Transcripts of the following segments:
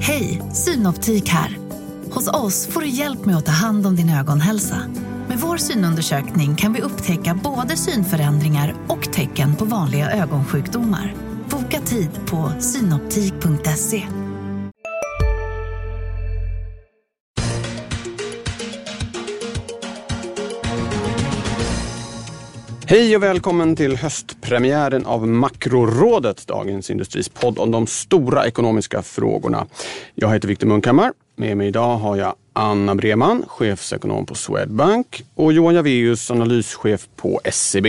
Hej, Synoptik här. Hos oss får du hjälp med att ta hand om din ögonhälsa. Med vår synundersökning kan vi upptäcka både synförändringar och tecken på vanliga ögonsjukdomar. Boka tid på synoptik.se. Hej och välkommen till höstpremiären av Makrorådet, dagens industrispodd om de stora ekonomiska frågorna. Jag heter Viktor Munkhammar. Med mig idag har jag Anna Breman, chefsekonom på Swedbank, och Johan Javeus, analyschef på SEB.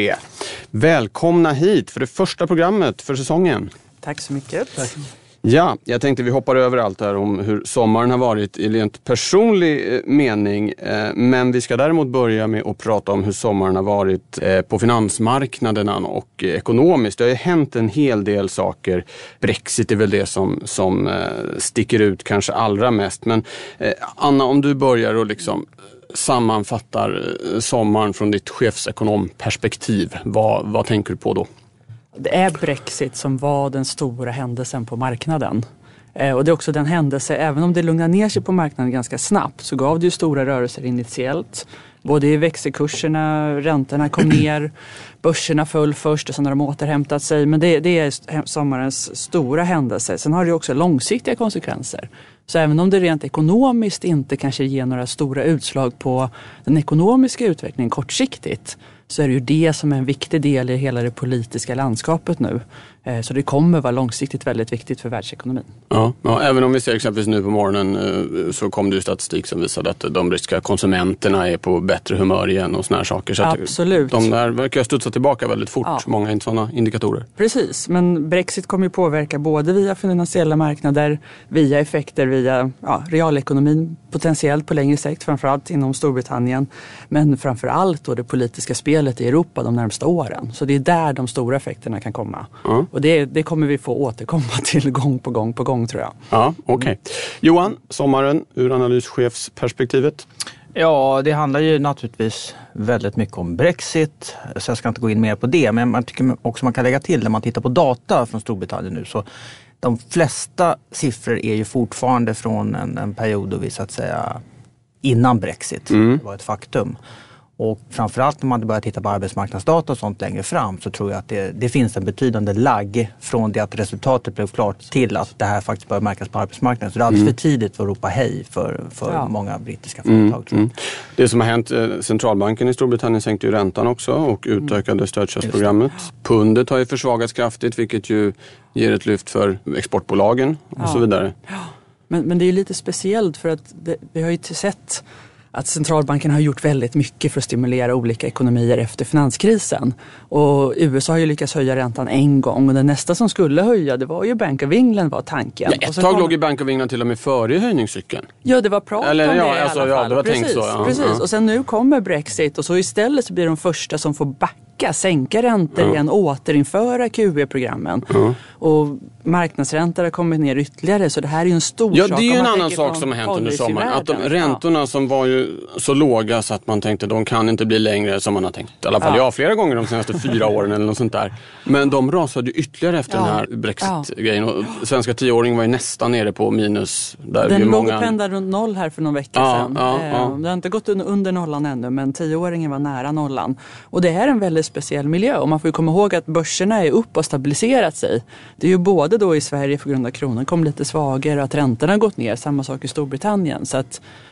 Välkomna hit för det första programmet för säsongen. Tack så mycket. Tack. Ja, jag tänkte vi hoppar över allt här om hur sommaren har varit i rent personlig mening. Men vi ska däremot börja med att prata om hur sommaren har varit på finansmarknaderna och ekonomiskt. Det har ju hänt en hel del saker. Brexit är väl det som sticker ut kanske allra mest. Men Anna, om du börjar och liksom sammanfattar sommaren från ditt chefsekonomperspektiv, vad tänker du på då? Det är Brexit som var den stora händelsen på marknaden. Och det är också den händelse, även om det lugnar ner sig på marknaden ganska snabbt, så gav det ju stora rörelser initiellt. Både i växelkurserna, räntorna kom ner, börserna föll först och sen har de återhämtat sig. Men det är sommarens stora händelse. Sen har det också långsiktiga konsekvenser. Så även om det rent ekonomiskt inte kanske ger några stora utslag på den ekonomiska utvecklingen kortsiktigt, så är det ju det som är en viktig del i hela det politiska landskapet nu. Så det kommer vara långsiktigt väldigt viktigt för världsekonomin. Ja, även om vi ser exempelvis nu på morgonen så kom det ju statistik som visade att de brittiska konsumenterna är på bättre humör igen och såna här saker. Så absolut. De där verkar studsa tillbaka väldigt fort, många sådana indikatorer. Precis, men Brexit kommer ju påverka både via finansiella marknader, via effekter via realekonomin potentiellt på längre sikt, framförallt inom Storbritannien, men framförallt då det politiska spelet i Europa de närmsta åren. Så det är där de stora effekterna kan komma. Och det kommer vi få återkomma till gång på gång tror jag. Ja, okej. Johan, sommaren ur analyschefsperspektivet? Ja, det handlar ju naturligtvis väldigt mycket om Brexit. Så jag ska inte gå in mer på det. Men man tycker också man kan lägga till när man tittar på data från Storbritannien nu. Så de flesta siffror är ju fortfarande från en period då vi så att säga innan Brexit var ett faktum. Och framförallt när man börjar titta på arbetsmarknadsdata och sånt längre fram, så tror jag att det finns en betydande lagg från det att resultatet blev klart till att det här faktiskt börjar märkas på arbetsmarknaden. Så det är alldeles för tidigt för att ropa hej för många brittiska företag. Tror jag. Det som har hänt, centralbanken i Storbritannien sänkte ju räntan också och utökade stödköpsprogrammet. Pundet har ju försvagats kraftigt, vilket ju ger ett lyft för exportbolagen och så vidare. Ja. Men det är ju lite speciellt för att vi har ju sett att centralbanken har gjort väldigt mycket för att stimulera olika ekonomier efter finanskrisen. Och USA har ju lyckats höja räntan en gång, och den nästa som skulle höja, det var ju Bank of England var tanken. Ja, ett tag låg ju Bank of England till och med före höjningscykeln. Ja, det var prat om det i alla fall. Ja, det var precis, tänkt så. Ja. Precis, och sen nu kommer Brexit, och så istället så blir de första som får sänka räntor igen, återinföra QE-programmen. Och marknadsräntor har kommit ner ytterligare, så det här är ju en stor sak. Ja, det är ju en annan sak som har hänt under sommaren. Att räntorna som var ju så låga så att man tänkte de kan inte bli längre som man har tänkt. I alla fall flera gånger de senaste 4 åren eller något sånt där. Men de rasade ju ytterligare efter den här Brexit-grejen. Och svenska 10-åringen var ju nästan nere på minus. Där den låg och pendlade runt 0 här för någon vecka sedan. Det har inte gått under nollan ännu, men 10-åringen var nära nollan. Och det är en väldigt speciell miljö, och man får ju komma ihåg att börserna är upp och stabiliserat sig. Det är ju både då i Sverige för grund av kronan kom lite svagare och att räntorna har gått ner, samma sak i Storbritannien. Så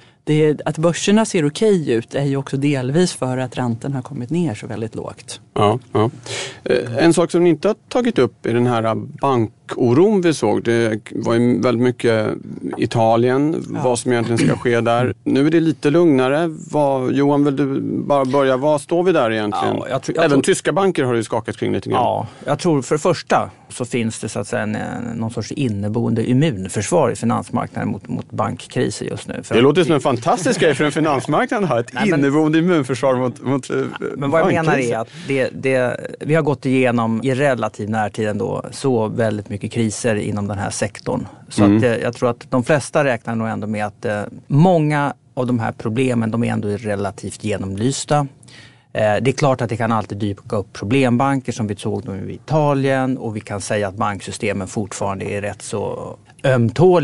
att börserna ser okej ut är ju också delvis för att räntorna har kommit ner så väldigt lågt. Ja. En sak som ni inte har tagit upp i den här bankoron vi såg, det var ju väldigt mycket Italien, vad som egentligen ska ske där. Nu är det lite lugnare. Johan, vill du bara börja? Vad står vi där egentligen? Ja, Även tyska banker har ju skakat kring lite grann. Ja, jag tror för det första så finns det så att säga någon sorts inneboende immunförsvar i finansmarknaden mot bankkriser just nu. Det låter som en fantastisk grej för en finansmarknad att ha ett inneboende immunförsvar mot men vad jag menar är att vi har gått igenom i relativ närtid ändå så väldigt mycket kriser inom den här sektorn. Så att jag tror att de flesta räknar nog ändå med att många av de här problemen, de är ändå relativt genomlysta. Det är klart att det kan alltid dyka upp problembanker som vi såg nu i Italien, och vi kan säga att banksystemen fortfarande är rätt så ömtåliga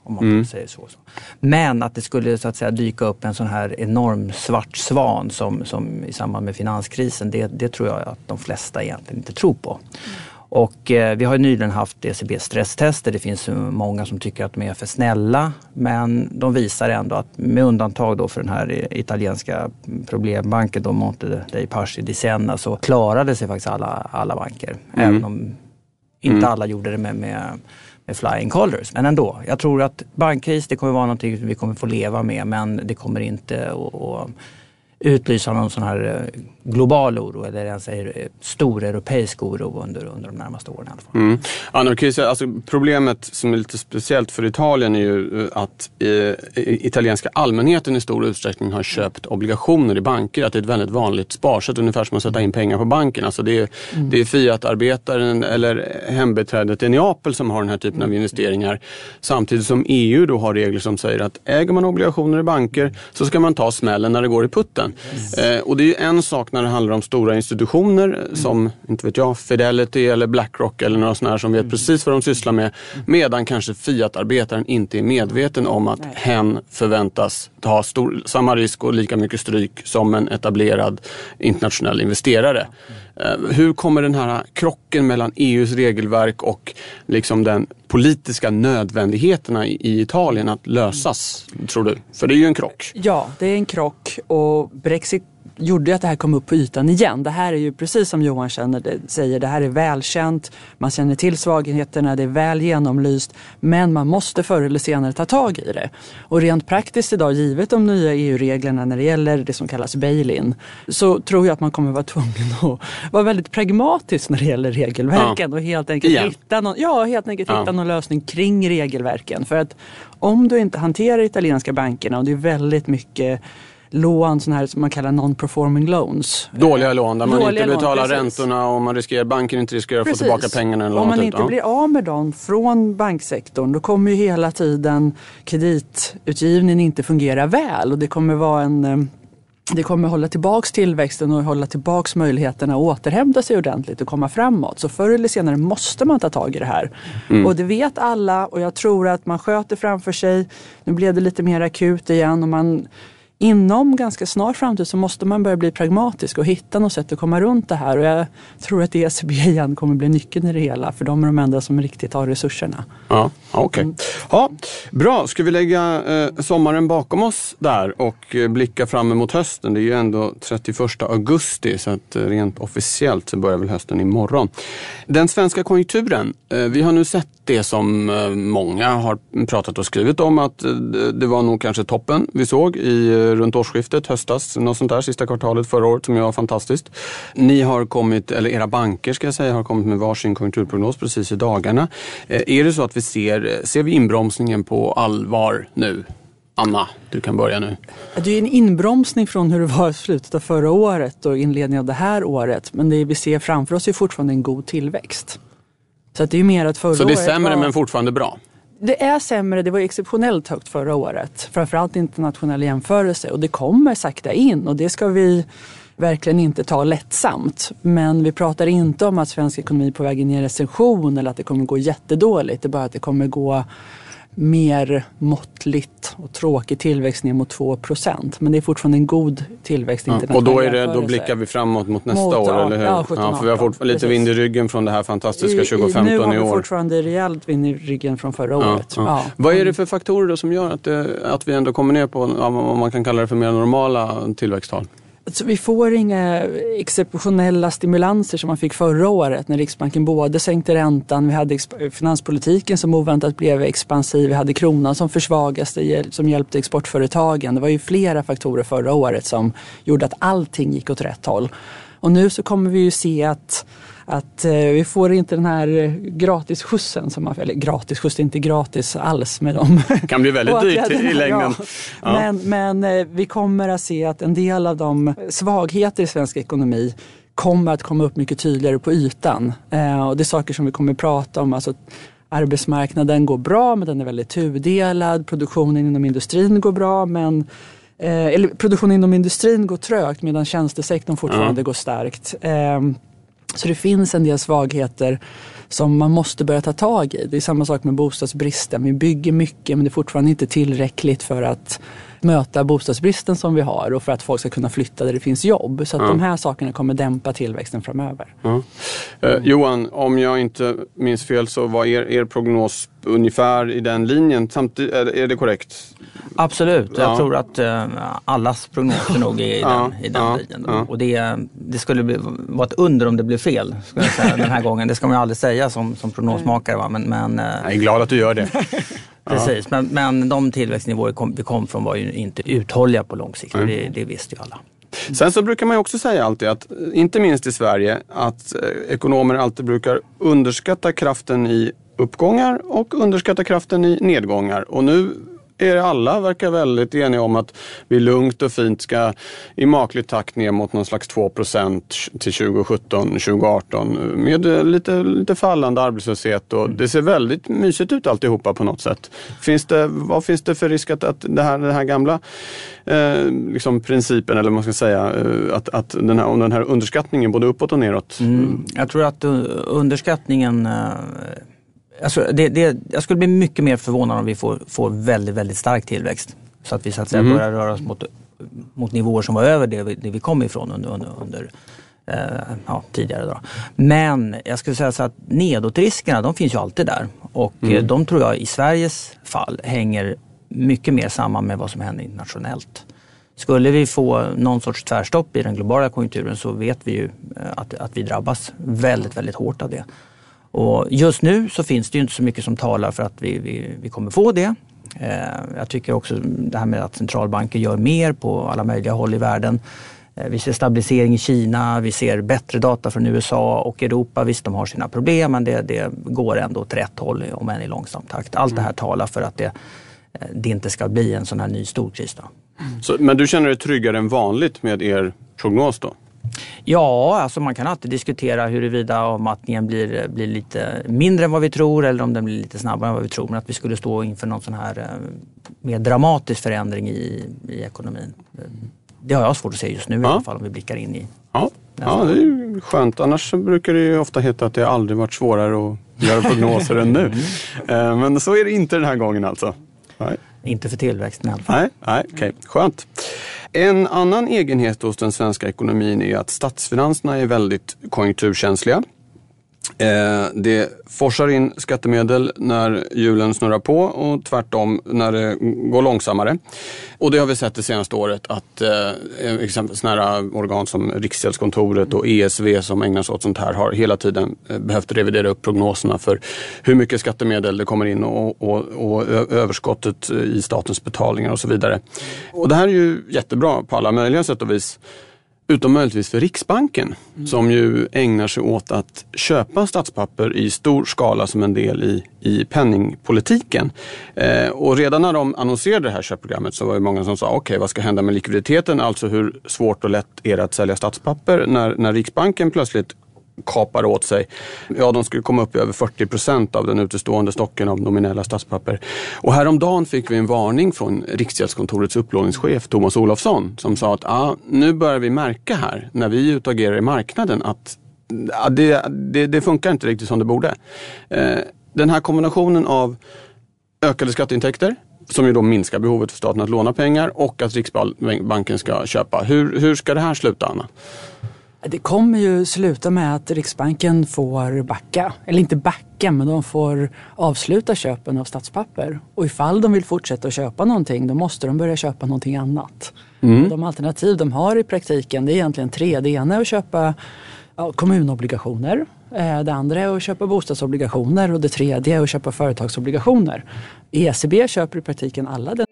om man säger så. Men att det skulle så att säga dyka upp en sån här enorm svart svan som i samband med finanskrisen, det tror jag att de flesta egentligen inte tror på. Och vi har ju nyligen haft ECBs stresstester. Det finns många som tycker att de är för snälla, men de visar ändå att med undantag då för den här italienska problembanken då Monte dei Paschi di Siena, så klarade sig faktiskt alla banker. Även om inte alla gjorde det med flying colors. Men ändå, jag tror att bankkris, det kommer vara någonting vi kommer få leva med, men det kommer inte att utlysa någon sån här global oro, eller jag säger stor europeisk oro under de närmaste åren i alla fall. Alltså, problemet som är lite speciellt för Italien är ju att italienska allmänheten i stor utsträckning har köpt obligationer i banker, att det är ett väldigt vanligt sparsätt, ungefär som att sätta in pengar på banken. Alltså det är Fiat-arbetaren eller hembeträdet i Neapel som har den här typen av investeringar, samtidigt som EU då har regler som säger att äger man obligationer i banker så ska man ta smällen när det går i putten. Och det är ju en sak när det handlar om stora institutioner som, inte vet jag, Fidelity eller BlackRock eller några sådana här som vet precis vad de sysslar med, medan kanske Fiat-arbetaren inte är medveten om att hen förväntas ta samma risk och lika mycket stryk som en etablerad internationell investerare. Hur kommer den här krocken mellan EUs regelverk och liksom den politiska nödvändigheterna i Italien att lösas, tror du? För det är ju en krock. Ja, det är en krock, och Brexit gjorde att det här kom upp på ytan igen. Det här är ju precis som Johan säger, det här är välkänt, man känner till svagheterna, det är väl genomlyst, men man måste förr eller senare ta tag i det. Och rent praktiskt idag, givet de nya EU-reglerna när det gäller det som kallas bail-in, så tror jag att man kommer vara tvungen att vara väldigt pragmatisk när det gäller regelverken och helt enkelt hitta någon lösning kring regelverken. För att om du inte hanterar italienska bankerna, och det är väldigt mycket lån, sådana här som man kallar non-performing loans. Dåliga lån där man inte betalar räntorna och man riskerar, banken inte riskerar att få tillbaka pengarna. Eller om man inte blir av med dem från banksektorn, då kommer ju hela tiden kreditutgivningen inte fungera väl, och det kommer vara det kommer hålla tillbaks tillväxten och hålla tillbaks möjligheterna att återhämta sig ordentligt och komma framåt. Så förr eller senare måste man ta tag i det här. Och det vet alla, och jag tror att man sköter framför sig. Nu blev det lite mer akut igen, och inom ganska snar framtid så måste man börja bli pragmatisk och hitta något sätt att komma runt det här. Och jag tror att ECB igen kommer bli nyckeln i det hela, för de är de enda som riktigt har resurserna. Ja, okej. Ja, bra, ska vi lägga sommaren bakom oss där och blicka fram emot hösten? Det är ju ändå 31 augusti, så att rent officiellt så börjar väl hösten imorgon. Den svenska konjunkturen, vi har nu sett det som många har pratat och skrivit om, att det var nog kanske toppen vi såg runt årsskiftet, höstas, något sånt där, sista kvartalet förra året, som var fantastiskt. Ni har kommit, eller era banker ska jag säga, har kommit med varsin konjunkturprognos precis i dagarna. Är det så att vi ser vi inbromsningen på allvar nu? Anna, du kan börja nu. Det är en inbromsning från hur det var i slutet av förra året och inledningen av det här året, men det vi ser framför oss är fortfarande en god tillväxt. Så att det är mer att förra året. Så det är sämre men fortfarande bra? Det är sämre, det var exceptionellt högt förra året. Framförallt internationell jämförelse, och det kommer sakta in, och det ska vi verkligen inte ta lättsamt. Men vi pratar inte om att svensk ekonomi är på väg in i en recession eller att det kommer gå jättedåligt. Det är bara att det kommer gå mer måttligt och tråkig tillväxt ner mot 2%. Men det är fortfarande en god tillväxt internationellt. Och då blickar vi framåt mot nästa år, eller hur? Ja, 17, för vi har fortfarande lite vind i ryggen från det här fantastiska 2015 i år. Nu har vi fortfarande rejält vind i ryggen från förra året. Ja. Vad är det för faktorer då som gör att vi ändå kommer ner på, om man kan kalla det för mer normala tillväxttal? Alltså, vi får inga exceptionella stimulanser som man fick förra året när Riksbanken både sänkte räntan, vi hade finanspolitiken som oväntat blev expansiv, vi hade kronan som försvagas, som hjälpte exportföretagen. Det var ju flera faktorer förra året som gjorde att allting gick åt rätt håll. Och nu så kommer vi ju se att vi får inte den här gratisskjutsen som eller gratisskjuts, inte gratis alls med dem. Det kan bli väldigt dyrt i längden. Ja. Men vi kommer att se att en del av de svagheter i svensk ekonomi kommer att komma upp mycket tydligare på ytan. Och det är saker som vi kommer att prata om. Alltså, arbetsmarknaden går bra, men den är väldigt tudelad. Produktionen inom industrin går bra, men produktionen inom industrin går trögt, medan tjänstesektorn fortfarande går starkt. Så det finns en del svagheter som man måste börja ta tag i. Det är samma sak med bostadsbristen. Vi bygger mycket men det är fortfarande inte tillräckligt för att möta bostadsbristen som vi har och för att folk ska kunna flytta där det finns jobb. Så att de här sakerna kommer dämpa tillväxten framöver. Johan, om jag inte minns fel så var er prognos ungefär i den linjen. Samtidigt, är det korrekt? Absolut, jag tror att allas prognoser nog är i den linjen. Och det skulle vara ett under om det blev fel, skulle jag säga, den här gången. Det ska man ju aldrig säga som prognosmakare. Va? Men, jag är glad att du gör det. Precis, men de tillväxtnivåer vi kom från var ju inte uthålliga på lång sikt. Det visste ju alla. Sen så brukar man ju också säga alltid att, inte minst i Sverige, att ekonomer alltid brukar underskatta kraften i uppgångar och underskatta kraften i nedgångar. Och nu alla verkar väldigt eniga om att vi lugnt och fint ska i maklig takt ner mot någon slags 2% till 2017-2018 med lite fallande arbetslöshet och det ser väldigt mysigt ut alltihopa på något sätt. Vad finns det för risk att den här gamla liksom principen, eller man ska säga att den här underskattningen både uppåt och neråt? Jag tror att underskattningen... Alltså jag skulle bli mycket mer förvånad om vi får väldigt, väldigt stark tillväxt. Så att vi så att säga börjar röra oss mot nivåer som var över det vi kom ifrån under tidigare. Då. Men jag skulle säga så att nedåtriskerna, de finns ju alltid där. Och de tror jag i Sveriges fall hänger mycket mer samman med vad som händer internationellt. Skulle vi få någon sorts tvärstopp i den globala konjunkturen så vet vi ju att vi drabbas väldigt, väldigt hårt av det. Och just nu så finns det ju inte så mycket som talar för att vi kommer få det. Jag tycker också det här med att centralbanker gör mer på alla möjliga håll i världen. Vi ser stabilisering i Kina, vi ser bättre data från USA och Europa. Visst, de har sina problem men det går ändå åt rätt håll om än i långsam takt. Allt det här talar för att det inte ska bli en sån här ny storkris då. Men du känner dig tryggare än vanligt med er prognos då? Ja, alltså man kan alltid diskutera huruvida avmattningen blir lite mindre än vad vi tror eller om den blir lite snabbare än vad vi tror. Men att vi skulle stå inför någon sån här mer dramatisk förändring i ekonomin. Det har jag svårt att se just nu i alla fall om vi blickar in i Ja, det är ju skönt. Annars brukar det ju ofta heta att det aldrig varit svårare att göra prognoser än nu. Men så är det inte den här gången alltså. Nej. Inte för tillväxten i alla fall. Nej, okej. Skönt. En annan egenhet hos den svenska ekonomin är att statsfinanserna är väldigt konjunkturkänsliga. Det forsar in skattemedel när hjulen snurrar på och tvärtom när det går långsammare. Och det har vi sett det senaste året att exempelvis nära organ som Riksgäldskontoret och ESV som ägnar sig åt sånt här har hela tiden behövt revidera upp prognoserna för hur mycket skattemedel det kommer in och överskottet i statens betalningar och så vidare. Och det här är ju jättebra på alla möjliga sätt och vis. Utom möjligtvis för Riksbanken som ju ägnar sig åt att köpa statspapper i stor skala som en del i penningpolitiken. Och redan när de annonserade det här köpprogrammet så var det många som sa okej, vad ska hända med likviditeten? Alltså hur svårt och lätt är det att sälja statspapper när Riksbanken plötsligt kapar åt sig. Ja, de skulle komma upp i över 40% av den utestående stocken av nominella statspapper. Och häromdagen fick vi en varning från Riksgäldskontorets upplåningschef Thomas Olofsson som sa att nu börjar vi märka här när vi utagerar i marknaden att det funkar inte riktigt som det borde. Den här kombinationen av ökade skatteintäkter som ju då minskar behovet för staten att låna pengar och att Riksbanken ska köpa. Hur ska det här sluta, Anna? Det kommer ju sluta med att Riksbanken får backa, eller inte backa men de får avsluta köpen av statspapper. Och ifall de vill fortsätta att köpa någonting då måste de börja köpa någonting annat. Och de alternativ de har i praktiken det är egentligen 3. Det ena är att köpa kommunobligationer, det andra är att köpa bostadsobligationer och det tredje är att köpa företagsobligationer. ECB köper i praktiken alla den.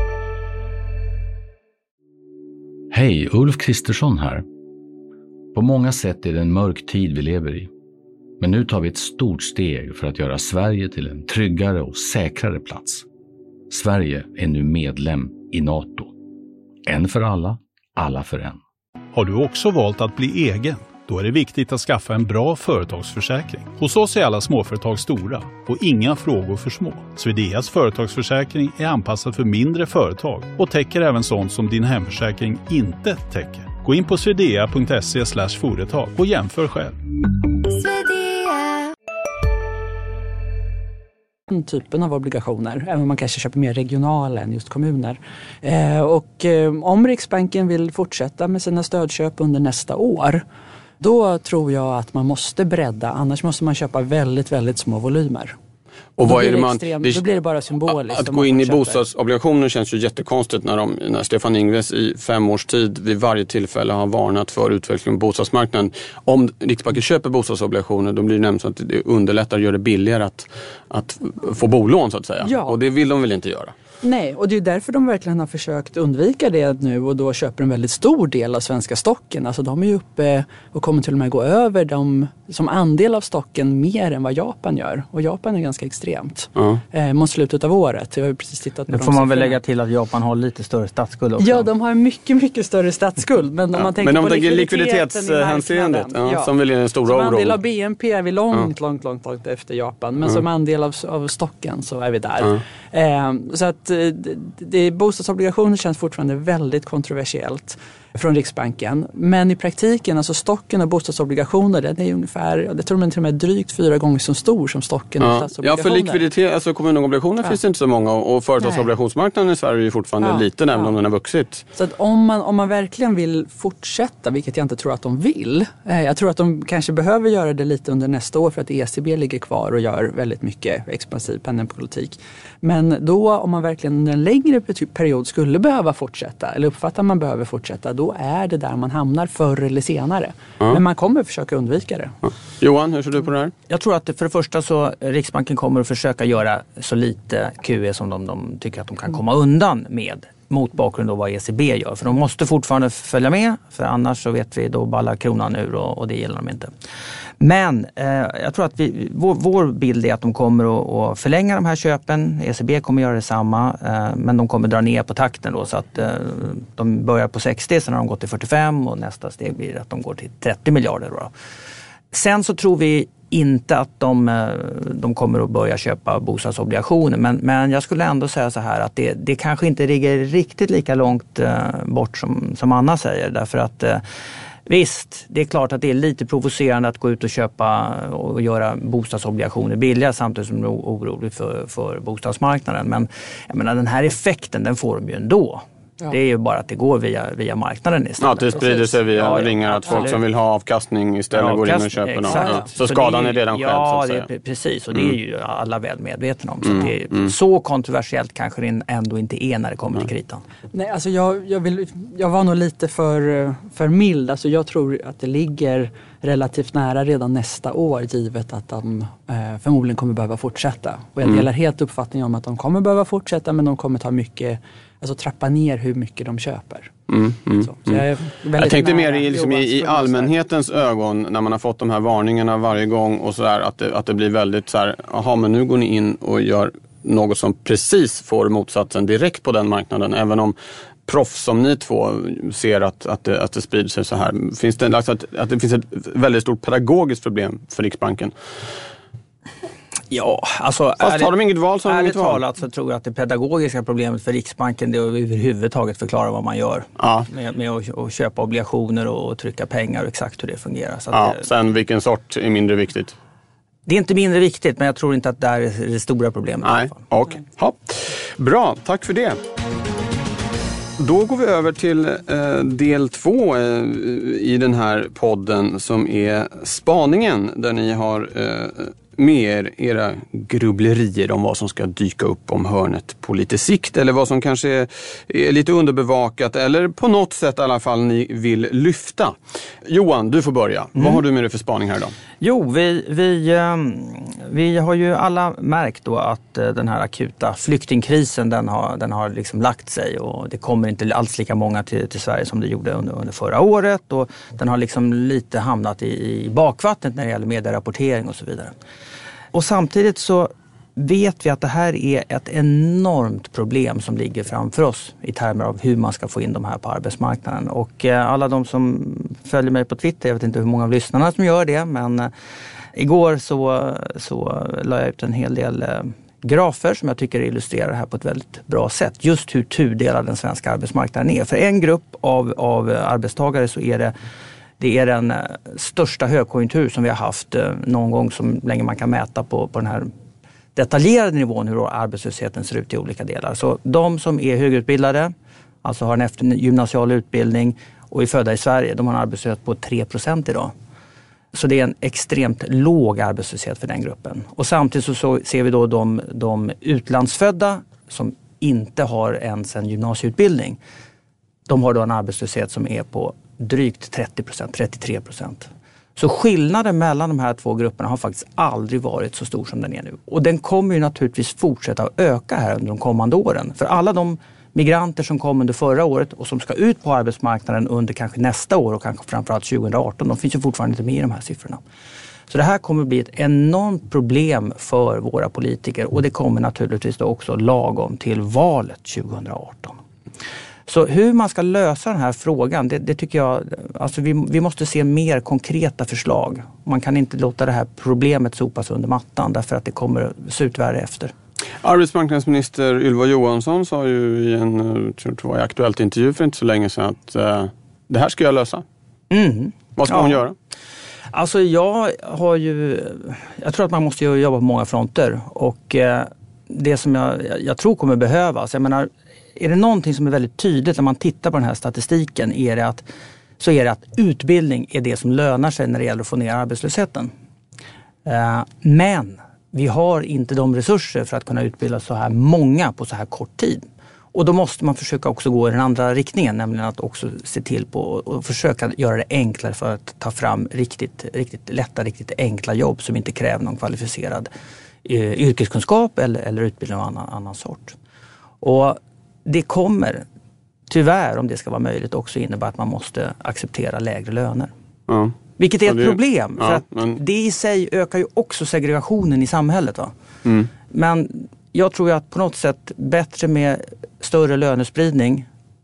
Hej, Ulf Kristersson här. På många sätt är det en mörk tid vi lever i. Men nu tar vi ett stort steg för att göra Sverige till en tryggare och säkrare plats. Sverige är nu medlem i NATO. En för alla, alla för en. Har du också valt att bli egen? Då är det viktigt att skaffa en bra företagsförsäkring. Hos oss är alla småföretag stora och inga frågor för små. Swedeas företagsförsäkring är anpassad för mindre företag och täcker även sånt som din hemförsäkring inte täcker. Gå in på swedea.se/företag och jämför själv. Den typen av obligationer, även om man kanske köper mer regionala än just kommuner. Om Riksbanken vill fortsätta med sina stödköp under nästa år, då tror jag att man måste bredda, annars måste man köpa väldigt, väldigt små volymer. Och vad är det då blir det bara symboliskt. Att gå in i bostadsobligationer känns ju jättekonstigt när Stefan Ingves i 5 års tid vid varje tillfälle har varnat för utvecklingen på bostadsmarknaden. Om Riksbanken köper bostadsobligationer, då blir det nämligen så att det underlättar och gör det billigare att få bolån så att säga. Ja. Och det vill de väl inte göra? Nej, och det är därför de verkligen har försökt undvika det nu och då köper en väldigt stor del av svenska stocken. Alltså de är ju uppe och kommer till och med gå över dem som andel av stocken mer än vad Japan gör. Och Japan är ganska extremt mot slutet av året. Jag har precis tittat på nu får man väl lägga till att Japan har lite större statsskuld också. Ja, de har mycket, mycket större statsskuld. Men om man tänker på likviditetshänseendet som väl är den stora oron. Som andel av BNP är vi långt efter Japan. Men som andel av stocken så är vi där. Så att bostadsobligationer känns fortfarande väldigt kontroversiellt från Riksbanken. Men i praktiken, alltså stocken av bostadsobligationer, den är ungefär, jag tror man till och med drygt 4 gånger så stor som stocken av statsobligationer. Ja, för likviditet, alltså kommunobligationer finns det inte så många och företagsobligationsmarknaden i Sverige är ju fortfarande liten även om den har vuxit. Så att om man verkligen vill fortsätta, vilket jag inte tror att de vill, jag tror att de kanske behöver göra det lite under nästa år för att ECB ligger kvar och gör väldigt mycket expansiv penningpolitik. Men då, om man verkligen under en längre period skulle behöva fortsätta, eller uppfattar man behöver fortsätta, då är det där man hamnar förr eller senare. Men man kommer försöka undvika det. Johan, hur ser du på det här? Jag tror att för det första så Riksbanken kommer att försöka göra så lite QE som de tycker att de kan komma undan med. Mot bakgrund av vad ECB gör. För de måste fortfarande följa med. För annars så vet vi då ballar kronan ur och det gillar de inte. Men jag tror att vår bild är att de kommer att förlänga de här köpen. ECB kommer göra detsamma. Men de kommer dra ner på takten då. Så att de börjar på 60, sen har de gått till 45. Och nästa steg blir att de går till 30 miljarder då. Sen så tror vi inte att de kommer att börja köpa bostadsobligationer. Men jag skulle ändå säga så här att det kanske inte ligger riktigt lika långt bort som Anna säger. Därför att visst, det är klart att det är lite provocerande att gå ut och köpa och göra bostadsobligationer billiga samtidigt som de är orolig för bostadsmarknaden. Men jag menar, den här effekten den får de ju ändå. Ja. Det är ju bara att det går via marknaden istället. Ja, det sprider sig via ringar att folk som vill ha avkastning istället går in och köper något. Ja. Så skadan är redan skedd, så att säga. Ja, precis. Och det är ju alla väl medvetna om. Så det är så kontroversiellt kanske det ändå inte är när det kommer till kritan. Nej, alltså jag var nog lite för mild. Alltså jag tror att det ligger relativt nära redan nästa år, givet att de förmodligen kommer behöva fortsätta. Och jag delar helt uppfattningen om att de kommer behöva fortsätta, men de kommer ta mycket, alltså trappa ner hur mycket de köper. Så jag tänkte mer i allmänhetens ögon när man har fått de här varningarna varje gång och så där, att det blir väldigt så här, jaha, men nu går ni in och gör något som precis får motsatsen direkt på den marknaden, även om proffs som ni två ser att det sprider sig så här. Finns det att det finns ett väldigt stort pedagogiskt problem för Riksbanken? Ja, alltså fast har de inget val så har de inget val. Talat så tror jag att det pedagogiska problemet för Riksbanken det är att överhuvudtaget förklara vad man gör. Ja. Med att köpa obligationer och trycka pengar och exakt hur det fungerar. Så att sen vilken sort är mindre viktigt? Det är inte mindre viktigt, men jag tror inte att det är det stora problemet. Nej, okej. Bra, tack för det. Då går vi över till del 2 i den här podden som är spaningen, där ni har med era grubblerier om vad som ska dyka upp om hörnet på lite sikt, eller vad som kanske är lite underbevakat, eller på något sätt i alla fall ni vill lyfta. Johan, du får börja. Vad har du med dig för spaning här idag? Jo, vi har ju alla märkt då att den här akuta flyktingkrisen den har liksom lagt sig, och det kommer inte alls lika många till Sverige som det gjorde under förra året, och den har liksom lite hamnat i bakvattnet när det gäller medierapportering och så vidare. Och samtidigt så vet vi att det här är ett enormt problem som ligger framför oss i termer av hur man ska få in de här på arbetsmarknaden. Och alla de som följer mig på Twitter, jag vet inte hur många av lyssnarna som gör det, men igår så la jag ut en hel del grafer som jag tycker illustrerar det här på ett väldigt bra sätt. Just hur tudelad den svenska arbetsmarknaden är. För en grupp av arbetstagare så är det är den största högkonjunktur som vi har haft någon gång som länge man kan mäta på den här detaljerade nivån hur arbetslösheten ser ut i olika delar. Så de som är högutbildade, alltså har en eftergymnasial utbildning och är födda i Sverige, de har en arbetslöshet på 3% idag. Så det är en extremt låg arbetslöshet för den gruppen. Och samtidigt så ser vi då de utlandsfödda som inte har ens en gymnasieutbildning. De har då en arbetslöshet som är på drygt 30%, 33%. Så skillnaden mellan de här två grupperna har faktiskt aldrig varit så stor som den är nu. Och den kommer ju naturligtvis fortsätta att öka här under de kommande åren. För alla de migranter som kom under förra året och som ska ut på arbetsmarknaden under kanske nästa år och kanske framförallt 2018, de finns ju fortfarande inte med i de här siffrorna. Så det här kommer bli ett enormt problem för våra politiker och det kommer naturligtvis då också lagom till valet 2018. Så hur man ska lösa den här frågan, det tycker jag, alltså vi måste se mer konkreta förslag. Man kan inte låta det här problemet sopas under mattan därför att det kommer se ut värre efter. Arbetsmarknadsminister Ylva Johansson sa ju i en aktuellt intervju för inte så länge sedan att det här ska jag lösa. Vad ska hon göra? Alltså jag tror att man måste jobba på många fronter och det som jag tror kommer behövas, jag menar, är det någonting som är väldigt tydligt när man tittar på den här statistiken är det att utbildning är det som lönar sig när det gäller att få ner arbetslösheten. Men vi har inte de resurser för att kunna utbilda så här många på så här kort tid. Och då måste man försöka också gå i den andra riktningen, nämligen att också se till på och försöka göra det enklare för att ta fram riktigt lätta, riktigt enkla jobb som inte kräver någon kvalificerad yrkeskunskap eller utbildning av annan sort. Och det kommer tyvärr, om det ska vara möjligt, också innebära att man måste acceptera lägre löner. Ja. Vilket är ett problem, för att det i sig ökar ju också segregationen i samhället. Va? Men jag tror ju att på något sätt bättre med större lönespridning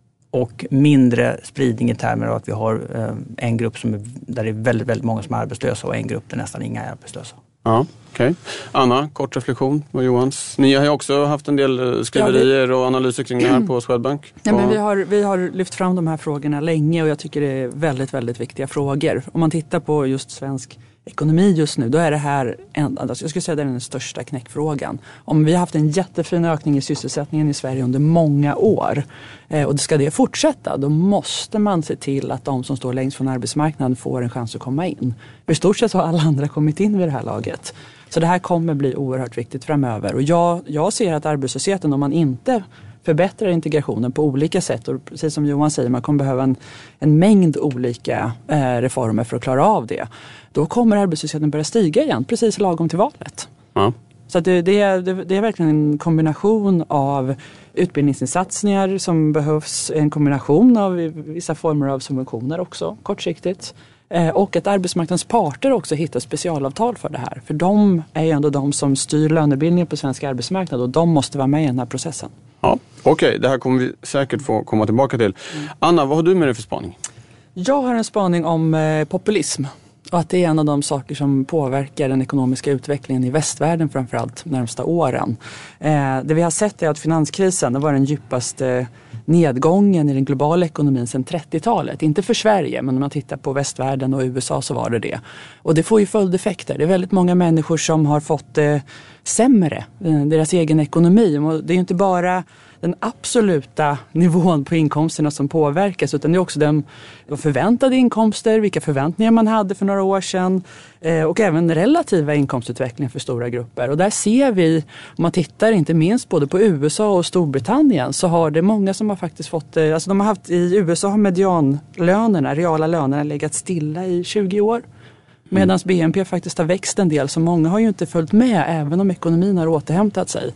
och mindre spridning i termer av att vi har en grupp där det är väldigt, väldigt många som är arbetslösa och en grupp där nästan inga är arbetslösa. Ja, okej. Anna, kort reflektion på Johans. Ni har ju också haft en del skriverier och analyser kring det här på Swedbank. Ja, men vi har lyft fram de här frågorna länge och jag tycker det är väldigt, väldigt viktiga frågor. Om man tittar på just svensk ekonomi just nu, då är det här jag skulle säga det är den största knäckfrågan. Om vi har haft en jättefin ökning i sysselsättningen i Sverige under många år och ska det fortsätta, då måste man se till att de som står längst från arbetsmarknaden får en chans att komma in. För i stort sett har alla andra kommit in vid det här laget. Så det här kommer bli oerhört viktigt framöver. Och jag ser att arbetslösheten, om man inte förbättrar integrationen på olika sätt, och precis som Johan säger, man kommer behöva en mängd olika reformer för att klara av det. Då kommer arbetslösheten börja stiga igen, precis lagom till valet. Ja. Så att det är verkligen en kombination av utbildningsinsatser som behövs, en kombination av vissa former av subventioner också, kortsiktigt. Och att arbetsmarknadens parter också hittar specialavtal för det här. För de är ju ändå de som styr lönebildningen på svensk arbetsmarknad och de måste vara med i den här processen. Ja, okej. Det här kommer vi säkert få komma tillbaka till. Anna, vad har du med dig för spaning? Jag har en spaning om populism. Och att det är en av de saker som påverkar den ekonomiska utvecklingen i västvärlden framförallt de närmsta åren. Det vi har sett är att finanskrisen, det var den djupaste nedgången i den globala ekonomin sedan 30-talet. Inte för Sverige, men om man tittar på västvärlden och USA så var det. Och det får ju följdeffekter. Det är väldigt många människor som har fått sämre, deras egen ekonomi. Och det är ju inte bara den absoluta nivån på inkomsterna som påverkas, utan det är också de förväntade inkomster, vilka förväntningar man hade för några år sedan och även relativa inkomstutvecklingen för stora grupper. Och där ser vi, om man tittar inte minst både på USA och Storbritannien, så har det många som har faktiskt fått, alltså de har haft, i USA har medianlönerna, reala lönerna legat stilla i 20 år. Medan BNP faktiskt har växt en del, så många har ju inte följt med även om ekonomin har återhämtat sig.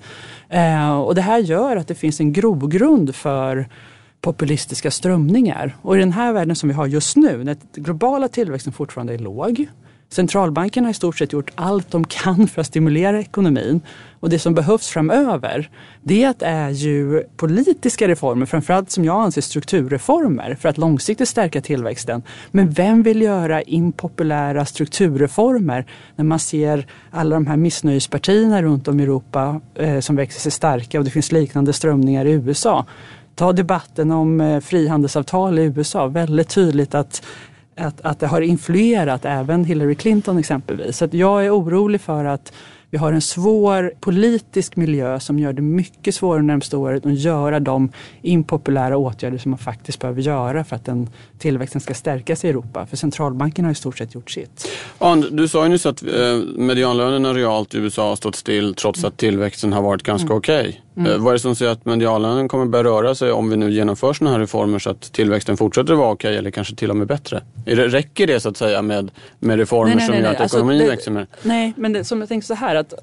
Och det här gör att det finns en grogrund för populistiska strömningar. Och i den här världen som vi har just nu, när globala tillväxten fortfarande är låg, Centralbankerna har i stort sett gjort allt de kan för att stimulera ekonomin. Och det som behövs framöver, det är ju politiska reformer, framförallt som jag anser strukturreformer för att långsiktigt stärka tillväxten. Men vem vill göra impopulära strukturreformer när man ser alla de här missnöjespartierna runt om i Europa som växer sig starka, och det finns liknande strömningar i USA. Ta debatten om frihandelsavtal i USA, väldigt tydligt att det har influerat även Hillary Clinton exempelvis. Så att jag är orolig för att vi har en svår politisk miljö som gör det mycket svårare närmsta året att göra de impopulära åtgärder som man faktiskt behöver göra för att den tillväxten ska stärkas i Europa. För centralbanken har i stort sett gjort sitt. Du sa ju nyss att medianlönerna realt i USA har stått still trots att tillväxten har varit ganska okej. Vad är det som säger att medianlönen kommer börja röra sig om vi nu genomför såna här reformer så att tillväxten fortsätter att vara okej eller kanske till och med bättre? Räcker det så att säga med reformer som gör att ekonomin växer mer? Nej, men som jag tänker så här att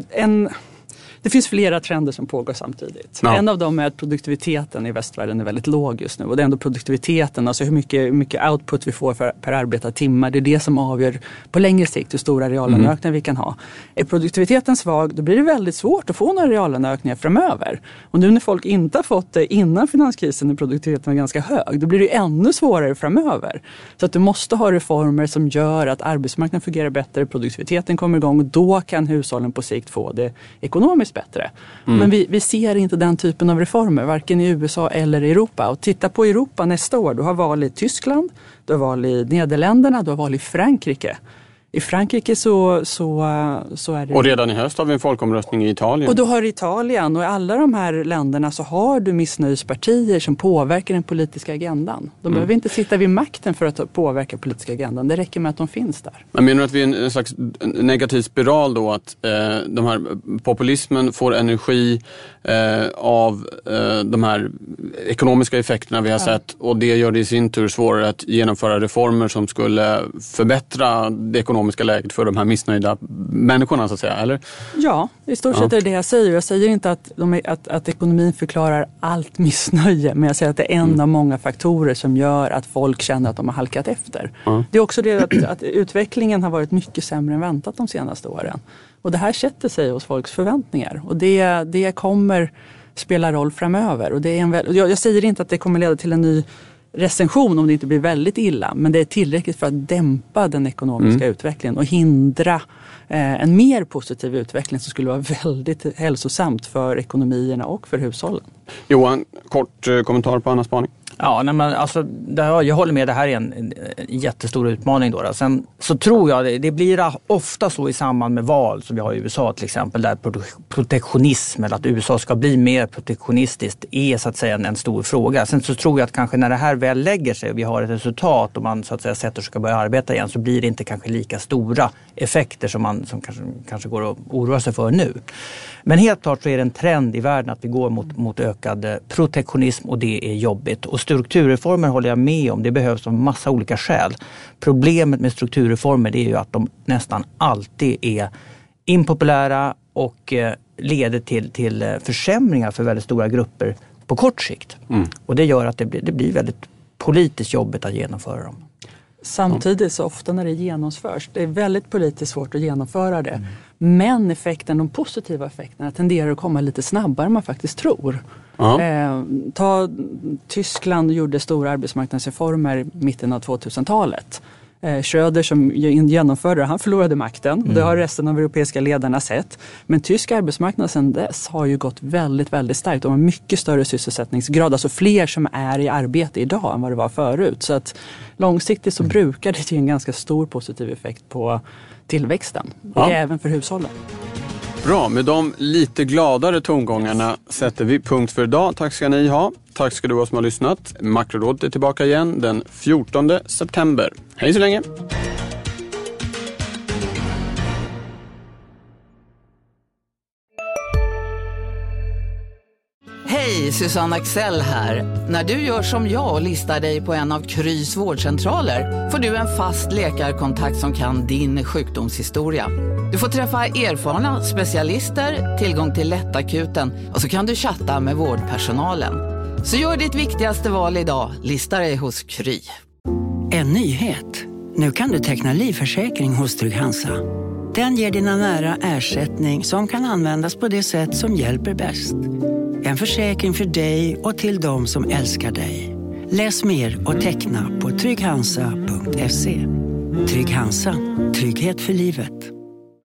det finns flera trender som pågår samtidigt. Ja. En av dem är att produktiviteten i västvärlden är väldigt låg just nu. Och det är ändå produktiviteten, alltså hur mycket output vi får per arbetad timme. Det är det som avgör på längre sikt hur stora reallöneökningar vi kan ha. Är produktiviteten svag, då blir det väldigt svårt att få några reallöneökningar framöver. Och nu när folk inte har fått det innan finanskrisen när produktiviteten var ganska hög, då blir det ännu svårare framöver. Så att du måste ha reformer som gör att arbetsmarknaden fungerar bättre, produktiviteten kommer igång, och då kan hushållen på sikt få det ekonomiskt bättre. Men vi ser inte den typen av reformer, varken i USA eller i Europa. Och titta på Europa nästa år, du har val i Tyskland, du har val i Nederländerna, du har val i Frankrike. I Frankrike så är det... Och redan i höst har vi en folkomröstning i Italien. Och då har Italien, och i alla de här länderna så har du missnöjespartier som påverkar den politiska agendan. De behöver inte sitta vid makten för att påverka politiska agendan. Det räcker med att de finns där. Men menar du att vi är en slags negativ spiral då? Att de här populismen får energi av de här ekonomiska effekterna vi har sett, och det gör det i sin tur svårare att genomföra reformer som skulle förbättra det ekonomiska läget för de här missnöjda människorna så att säga, eller? Ja, i stort sett är det jag säger. Jag säger inte att ekonomin förklarar allt missnöje, men jag säger att det är en av många faktorer som gör att folk känner att de har halkat efter. Det är också det att utvecklingen har varit mycket sämre än väntat de senaste åren. Och det här sätter sig hos folks förväntningar. Och det kommer spela roll framöver. Och det är jag säger inte att det kommer leda till en ny recension om det inte blir väldigt illa, men det är tillräckligt för att dämpa den ekonomiska utvecklingen och hindra en mer positiv utveckling som skulle vara väldigt hälsosamt för ekonomierna och för hushållen. Johan, kort kommentar på Annas spaning. Ja, nej, men alltså, jag håller med, det här är en jättestor utmaning då. Sen så tror jag det blir ofta så i samband med val som vi har i USA till exempel, där protektionism eller att USA ska bli mer protektionistiskt är så att säga en stor fråga. Sen så tror jag att kanske när det här väl lägger sig och vi har ett resultat och man så att säga sätter sig ska börja arbeta igen, så blir det inte kanske lika stora effekter som kanske går att oroa sig för nu. Men helt klart så är det en trend i världen att vi går mot ökad protektionism, och det är jobbigt. Och strukturreformer håller jag med om, det behövs av massa olika skäl. Problemet med strukturreformer, det är ju att de nästan alltid är impopulära och leder till försämringar för väldigt stora grupper på kort sikt. Och det gör att det blir väldigt politiskt jobbigt att genomföra dem. Samtidigt så ofta när det genomförs, det är väldigt politiskt svårt att genomföra det. Men de positiva effekterna tenderar att komma lite snabbare än man faktiskt tror. Tyskland gjorde stora arbetsmarknadsreformer i mitten av 2000-talet. Schröder som genomförde, han förlorade makten. Och det har resten av europeiska ledarna sett. Men tysk arbetsmarknad sedan dess har ju gått väldigt, väldigt starkt. De har mycket större sysselsättningsgrad. Alltså fler som är i arbete idag än vad det var förut. Så att långsiktigt så brukar det ge en ganska stor positiv effekt på tillväxten. Och även för hushållen. Bra, med de lite gladare tongångarna sätter vi punkt för idag. Tack ska ni ha. Tack ska du ha som har lyssnat. Makrorådet är tillbaka igen den 14 september. Hej så länge! Hej, Susanne Axel här. När du gör som jag och listar dig på en av Krys vårdcentraler får du en fast läkarkontakt som kan din sjukdomshistoria. Du får träffa erfarna specialister, tillgång till lättakuten och så kan du chatta med vårdpersonalen. Så gör ditt viktigaste val idag, lista dig hos Kry. En nyhet. Nu kan du teckna livförsäkring hos Trygg Hansa. Den ger dina nära ersättning som kan användas på det sätt som hjälper bäst. En försäkring för dig och till de som älskar dig. Läs mer och teckna på trygghansa.se. Trygg Hansa, trygghet för livet.